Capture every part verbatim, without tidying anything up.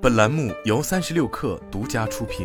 本栏目由三十六氪独家出品。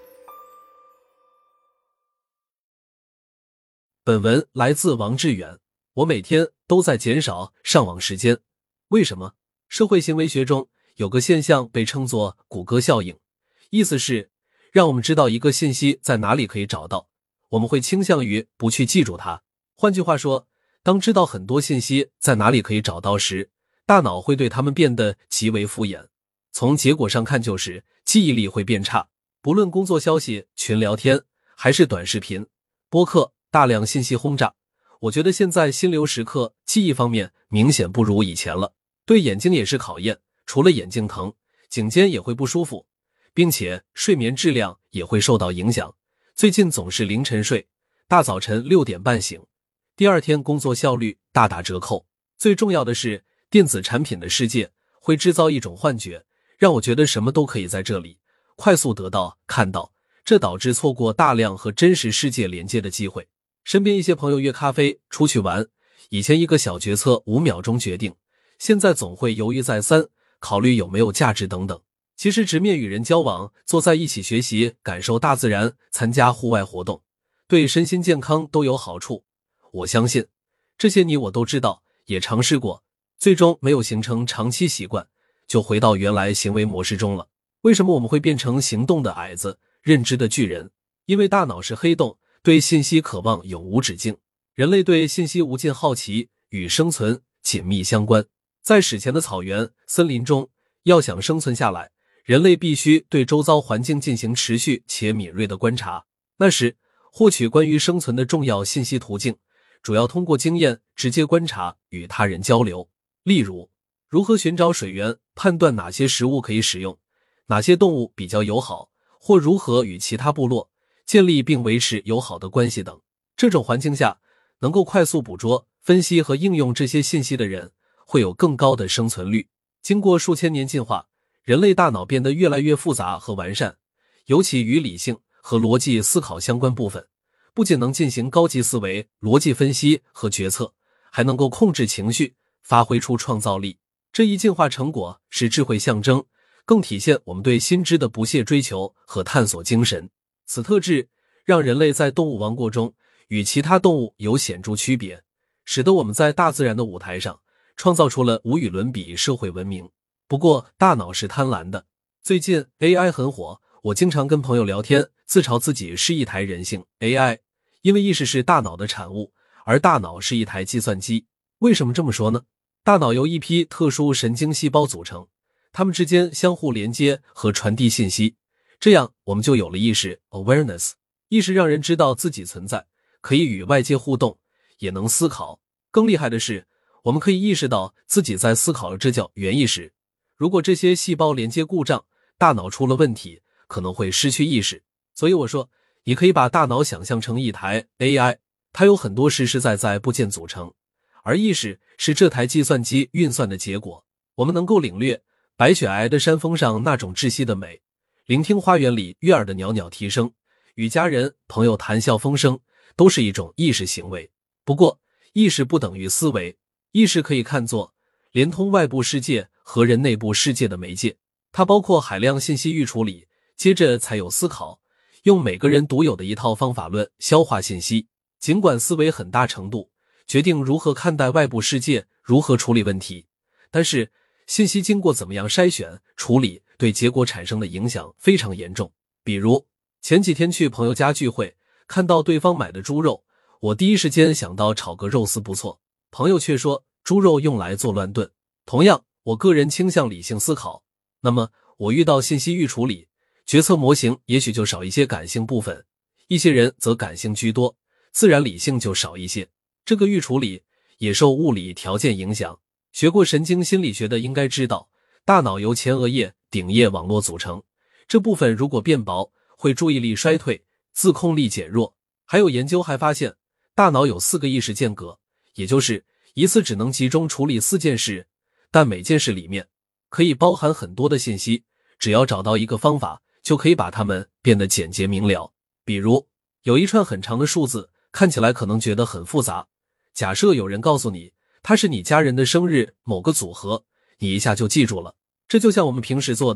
本文来自王志远。我每天都在减少上网时间。为什么？社会行为学中有个现象被称作谷歌效应，意思是让我们知道一个信息在哪里可以找到，我们会倾向于不去记住它。换句话说，当知道很多信息在哪里可以找到时，大脑会对它们变得极为敷衍。从结果上看，就是记忆力会变差。不论工作消息、群聊天，还是短视频、播客，大量信息轰炸，我觉得现在心流时刻记忆方面明显不如以前了。对眼睛也是考验，除了眼睛疼，颈肩也会不舒服，并且睡眠质量也会受到影响。最近总是凌晨睡，大早晨六点半醒，第二天工作效率大打折扣。最重要的是，电子产品的世界会制造一种幻觉，让我觉得什么都可以在这里快速得到、看到，这导致错过大量和真实世界连接的机会。身边一些朋友约咖啡、出去玩，以前一个小决策五秒钟决定，现在总会犹豫再三，考虑有没有价值等等。其实直面与人交往，坐在一起学习，感受大自然，参加户外活动，对身心健康都有好处。我相信这些你我都知道，也尝试过，最终没有形成长期习惯，就回到原来行为模式中了。为什么我们会变成行动的矮子，认知的巨人？因为大脑是黑洞，对信息渴望永无止境。人类对信息无尽好奇与生存紧密相关。在史前的草原、森林中，要想生存下来，人类必须对周遭环境进行持续且敏锐的观察。那时，获取关于生存的重要信息途径，主要通过经验、直接观察与他人交流。例如，如何寻找水源，判断哪些食物可以使用，哪些动物比较友好，或如何与其他部落建立并维持友好的关系等。这种环境下，能够快速捕捉、分析和应用这些信息的人，会有更高的生存率。经过数千年进化，人类大脑变得越来越复杂和完善，尤其与理性和逻辑思考相关部分，不仅能进行高级思维、逻辑分析和决策，还能够控制情绪，发挥出创造力。这一进化成果是智慧象征，更体现我们对新知的不懈追求和探索精神。此特质让人类在动物王国中与其他动物有显著区别，使得我们在大自然的舞台上创造出了无与伦比社会文明。不过，大脑是贪婪的。最近 A I 很火，我经常跟朋友聊天，自嘲自己是一台人性 A I， 因为意识是大脑的产物，而大脑是一台计算机。为什么这么说呢？大脑由一批特殊神经细胞组成，它们之间相互连接和传递信息，这样我们就有了意识 awareness。 意识让人知道自己存在，可以与外界互动，也能思考。更厉害的是，我们可以意识到自己在思考，这叫原意识。如果这些细胞连接故障，大脑出了问题，可能会失去意识。所以我说，你可以把大脑想象成一台 A I， 它有很多实实在在部件组成，而意识是这台计算机运算的结果。我们能够领略白雪皑的山峰上那种窒息的美，聆听花园里悦耳的袅袅啼声，与家人朋友谈笑风生，都是一种意识行为。不过，意识不等于思维，意识可以看作连通外部世界和人内部世界的媒介，它包括海量信息预处理，接着才有思考，用每个人独有的一套方法论消化信息。尽管思维很大程度决定如何看待外部世界，如何处理问题，但是信息经过怎么样筛选、处理，对结果产生的影响非常严重。比如，前几天去朋友家聚会，看到对方买的猪肉，我第一时间想到炒个肉丝不错，朋友却说猪肉用来做乱炖。同样，我个人倾向理性思考，那么我遇到信息预处理，决策模型也许就少一些感性部分，一些人则感性居多，自然理性就少一些。这个预处理也受物理条件影响。学过神经心理学的应该知道，大脑由前额叶、顶叶网络组成，这部分如果变薄，会注意力衰退，自控力减弱。还有研究还发现，大脑有四个意识间隔，也就是一次只能集中处理四件事，但每件事里面可以包含很多的信息，只要找到一个方法，就可以把它们变得简洁明了。比如，有一串很长的数字，看起来可能觉得很复杂，假设有人告诉你它是你家人的生日某个组合，你一下就记住了。这就像我们平时做的，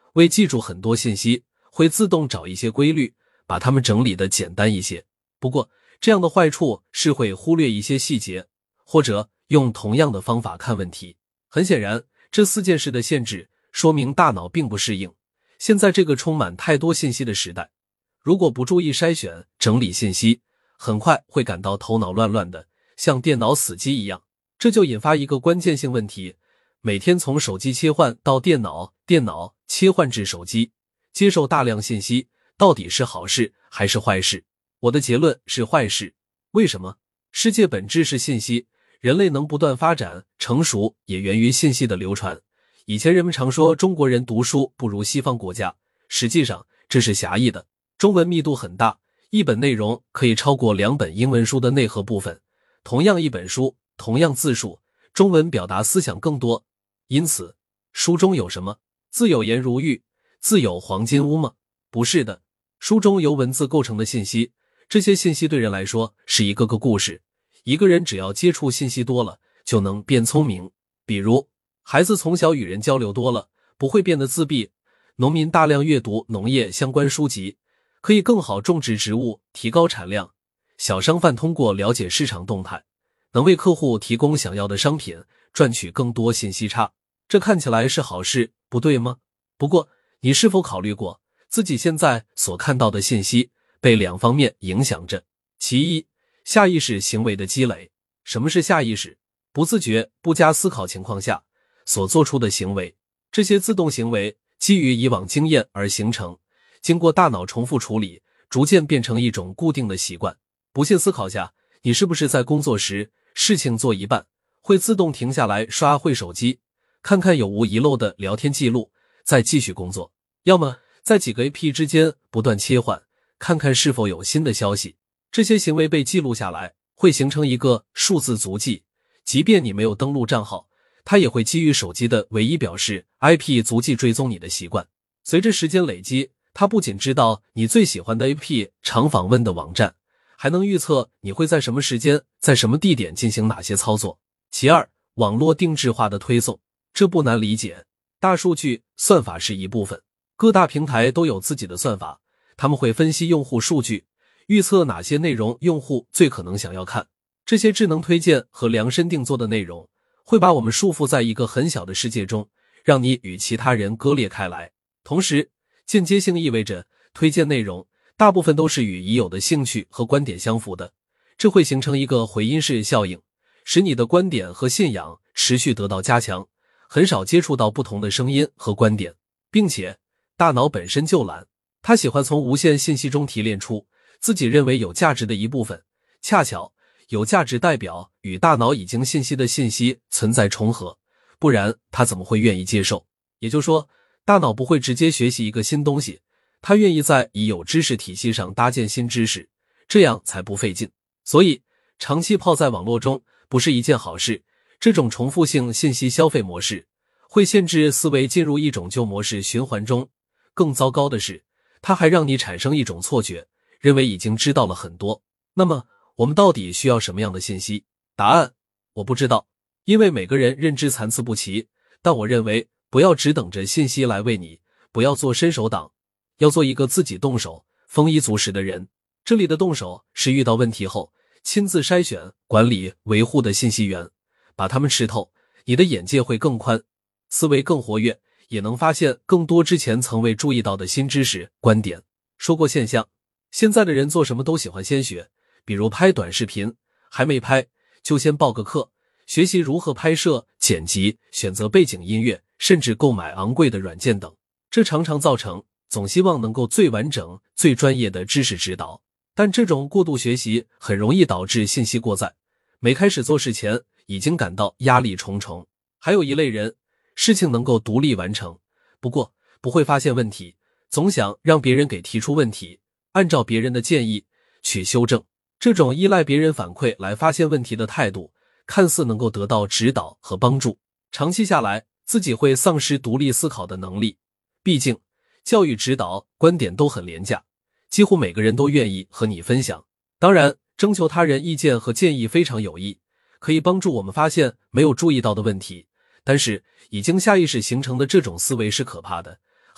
为记住很多信息，会自动找一些规律，把它们整理得简单一些。不过，这样的坏处是会忽略一些细节，或者用同样的方法看问题。很显然，这四件事的限制说明大脑并不适应现在这个充满太多信息的时代。如果不注意筛选、整理信息，很快会感到头脑乱乱的，像电脑死机一样。这就引发一个关键性问题，每天从手机切换到电脑，电脑切换至手机，接受大量信息，到底是好事还是坏事？我的结论是坏事。为什么？世界本质是信息，人类能不断发展成熟也源于信息的流传。以前人们常说中国人读书不如西方国家，实际上这是狭义的。中文密度很大，一本内容可以超过两本英文书的内核部分。同样一本书，同样字数，中文表达思想更多。因此，书中有什么？自有颜如玉，自有黄金屋吗？不是的。书中由文字构成的信息，这些信息对人来说是一个个故事。一个人只要接触信息多了，就能变聪明。比如，孩子从小与人交流多了，不会变得自闭。农民大量阅读农业相关书籍，可以更好种植植物，提高产量。小商贩通过了解市场动态，能为客户提供想要的商品，赚取更多信息差。这看起来是好事，不对吗？不过，你是否考虑过，自己现在所看到的信息被两方面影响着？其一，下意识行为的积累。什么是下意识？不自觉、不加思考情况下所做出的行为。这些自动行为基于以往经验而形成，经过大脑重复处理，逐渐变成一种固定的习惯。不信思考下，你是不是在工作时，事情做一半，会自动停下来刷会手机，看看有无遗漏的聊天记录，再继续工作？要么在几个 A P P 之间不断切换，看看是否有新的消息。这些行为被记录下来，会形成一个数字足迹，即便你没有登录账号，它也会基于手机的唯一表示 I P 足迹追踪你的习惯。随着时间累积，它不仅知道你最喜欢的 A P P 常访问的网站，还能预测你会在什么时间，在什么地点进行哪些操作。其二，网络定制化的推送。这不难理解，大数据算法是一部分，各大平台都有自己的算法，他们会分析用户数据，预测哪些内容用户最可能想要看。这些智能推荐和量身定做的内容，会把我们束缚在一个很小的世界中，让你与其他人割裂开来。同时，间接性意味着推荐内容大部分都是与已有的兴趣和观点相符的，这会形成一个回音式效应，使你的观点和信仰持续得到加强，很少接触到不同的声音和观点。并且，大脑本身就懒，它喜欢从无限信息中提炼出自己认为有价值的一部分。恰巧，有价值代表与大脑已经信息的信息存在重合，不然它怎么会愿意接受？也就是说，大脑不会直接学习一个新东西，它愿意在已有知识体系上搭建新知识，这样才不费劲。所以，长期泡在网络中不是一件好事。这种重复性信息消费模式会限制思维进入一种旧模式循环中。更糟糕的是，它还让你产生一种错觉，认为已经知道了很多。那么，我们到底需要什么样的信息？答案，我不知道，因为每个人认知参差不齐。但我认为，不要只等着信息来喂你，不要做伸手党，要做一个自己动手、丰衣足食的人。这里的动手是遇到问题后，亲自筛选、管理、维护的信息源，把它们吃透，你的眼界会更宽，思维更活跃，也能发现更多之前曾未注意到的新知识、观点。说过现象，现在的人做什么都喜欢先学，比如拍短视频，还没拍就先报个课，学习如何拍摄、剪辑、选择背景音乐，甚至购买昂贵的软件等。这常常造成总希望能够最完整、最专业的知识指导，但这种过度学习很容易导致信息过载，没开始做事前已经感到压力重重。还有一类人，事情能够独立完成，不过不会发现问题，总想让别人给提出问题，按照别人的建议去修正。这种依赖别人反馈来发现问题的态度，看似能够得到指导和帮助，长期下来自己会丧失独立思考的能力。毕竟教育指导观点都很廉价，几乎每个人都愿意和你分享。当然，征求他人意见和建议非常有益，可以帮助我们发现没有注意到的问题，但是已经下意识形成的这种思维是可怕的，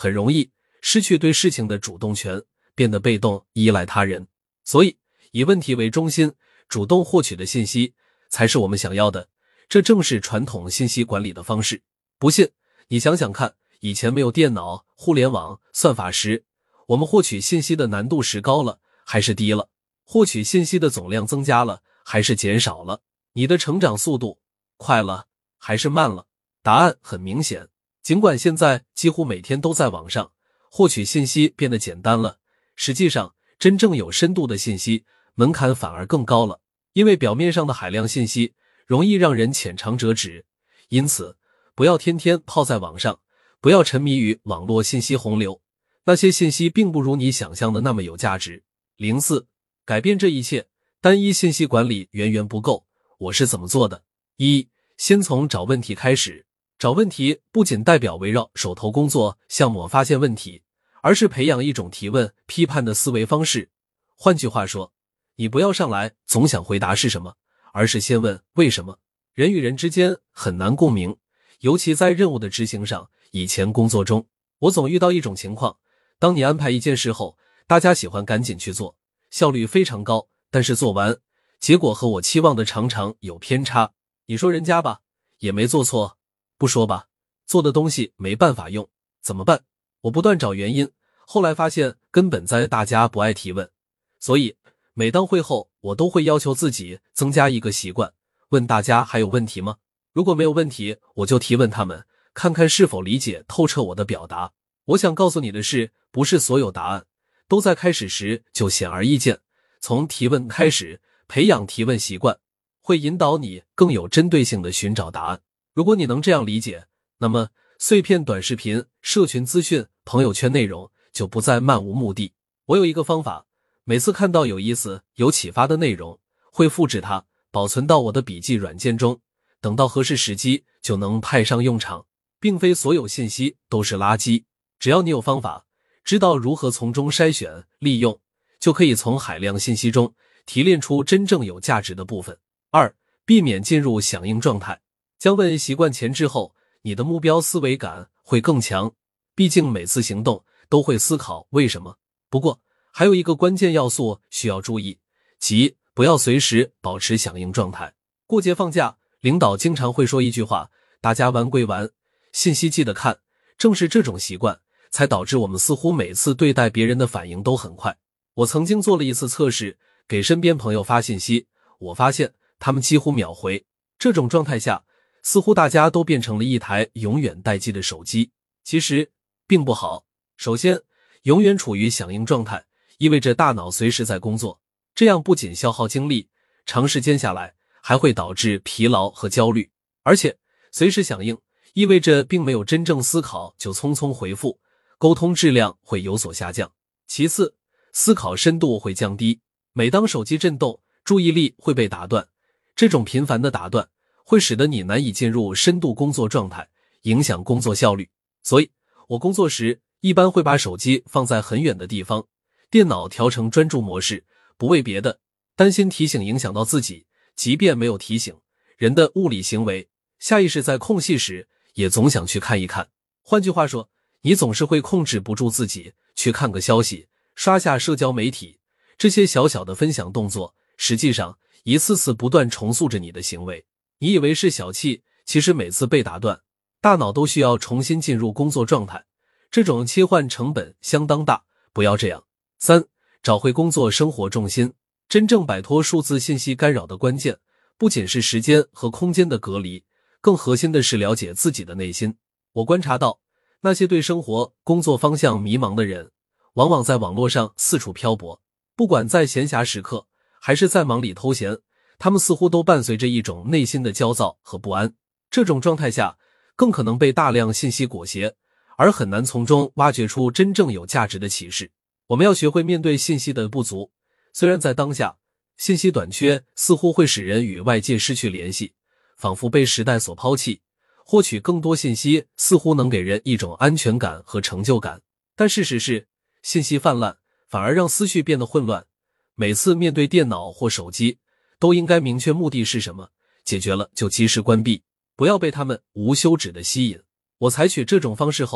很容易失去对事情的主动权，变得被动依赖他人。所以以问题为中心，主动获取的信息才是我们想要的，这正是传统信息管理的方式。不信你想想看，以前没有电脑、互联网、算法时，我们获取信息的难度是高了还是低了？获取信息的总量增加了还是减少了？你的成长速度快了还是慢了？答案很明显，尽管现在几乎每天都在网上，获取信息变得简单了，实际上真正有深度的信息门槛反而更高了，因为表面上的海量信息容易让人浅尝辄止。因此不要天天泡在网上，不要沉迷于网络信息洪流，那些信息并不如你想象的那么有价值。零四改变这一切，单一信息管理远远不够。我是怎么做的？一、先从找问题开始。找问题不仅代表围绕手头工作项目发现问题，而是培养一种提问、批判的思维方式。换句话说，你不要上来总想回答是什么，而是先问为什么。人与人之间很难共鸣，尤其在任务的执行上。以前工作中，我总遇到一种情况，当你安排一件事后，大家喜欢赶紧去做，效率非常高，但是做完结果和我期望的常常有偏差。你说人家吧，也没做错，不说吧，做的东西没办法用，怎么办？我不断找原因，后来发现根本在大家不爱提问。所以每当会后，我都会要求自己增加一个习惯，问大家还有问题吗？如果没有问题，我就提问他们，看看是否理解透彻我的表达。我想告诉你的是，不是所有答案都在开始时就显而易见，从提问开始，培养提问习惯，会引导你更有针对性地寻找答案。如果你能这样理解，那么碎片短视频、社群资讯、朋友圈内容就不再漫无目的。我有一个方法，每次看到有意思、有启发的内容，会复制它，保存到我的笔记软件中，等到合适时机就能派上用场。并非所有信息都是垃圾，只要你有方法，知道如何从中筛选、利用，就可以从海量信息中提炼出真正有价值的部分。二、避免进入响应状态。将问习惯前置后，你的目标思维感会更强，毕竟每次行动都会思考为什么。不过还有一个关键要素需要注意，即不要随时保持响应状态。过节放假，领导经常会说一句话，大家玩归玩，信息记得看。正是这种习惯才导致我们似乎每次对待别人的反应都很快。我曾经做了一次测试，给身边朋友发信息，我发现他们几乎秒回。这种状态下，似乎大家都变成了一台永远待机的手机，其实并不好。首先，永远处于响应状态意味着大脑随时在工作，这样不仅消耗精力，长时间下来还会导致疲劳和焦虑。而且随时响应意味着并没有真正思考就匆匆回复，沟通质量会有所下降。其次，思考深度会降低，每当手机震动，注意力会被打断，这种频繁的打断会使得你难以进入深度工作状态，影响工作效率。所以我工作时一般会把手机放在很远的地方，电脑调成专注模式，不为别的，担心提醒影响到自己。即便没有提醒，人的物理行为下意识在空隙时也总想去看一看。换句话说，你总是会控制不住自己去看个消息，刷下社交媒体。这些小小的分享动作实际上一次次不断重塑着你的行为。你以为是小气，其实每次被打断，大脑都需要重新进入工作状态，这种切换成本相当大，不要这样。三、找回工作生活重心。真正摆脱数字信息干扰的关键，不仅是时间和空间的隔离，更核心的是了解自己的内心。我观察到，那些对生活、工作方向迷茫的人，往往在网络上四处漂泊，不管在闲暇时刻，还是在忙里偷闲，他们似乎都伴随着一种内心的焦躁和不安。这种状态下，更可能被大量信息裹挟，而很难从中挖掘出真正有价值的启示。我们要学会面对信息的不足，虽然在当下，信息短缺似乎会使人与外界失去联系，仿佛被时代所抛弃，获取更多信息似乎能给人一种安全感和成就感。但事实是，信息泛滥反而让思绪变得混乱。每次面对电脑或手机，都应该明确目的是什么，解决了就及时关闭，不要被他们无休止的吸引。我采取这种方式后，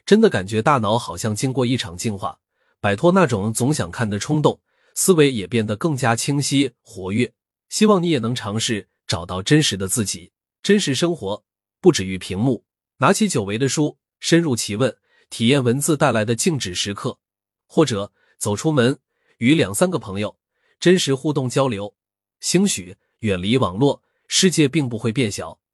真的感觉大脑好像经过一场净化，摆脱那种总想看的冲动，思维也变得更加清晰活跃。希望你也能尝试找到真实的自己。真实生活不止于屏幕，拿起久违的书，深入其问，体验文字带来的静止时刻，或者走出门，与两三个朋友真实互动交流，兴许远离网络，世界并不会变小。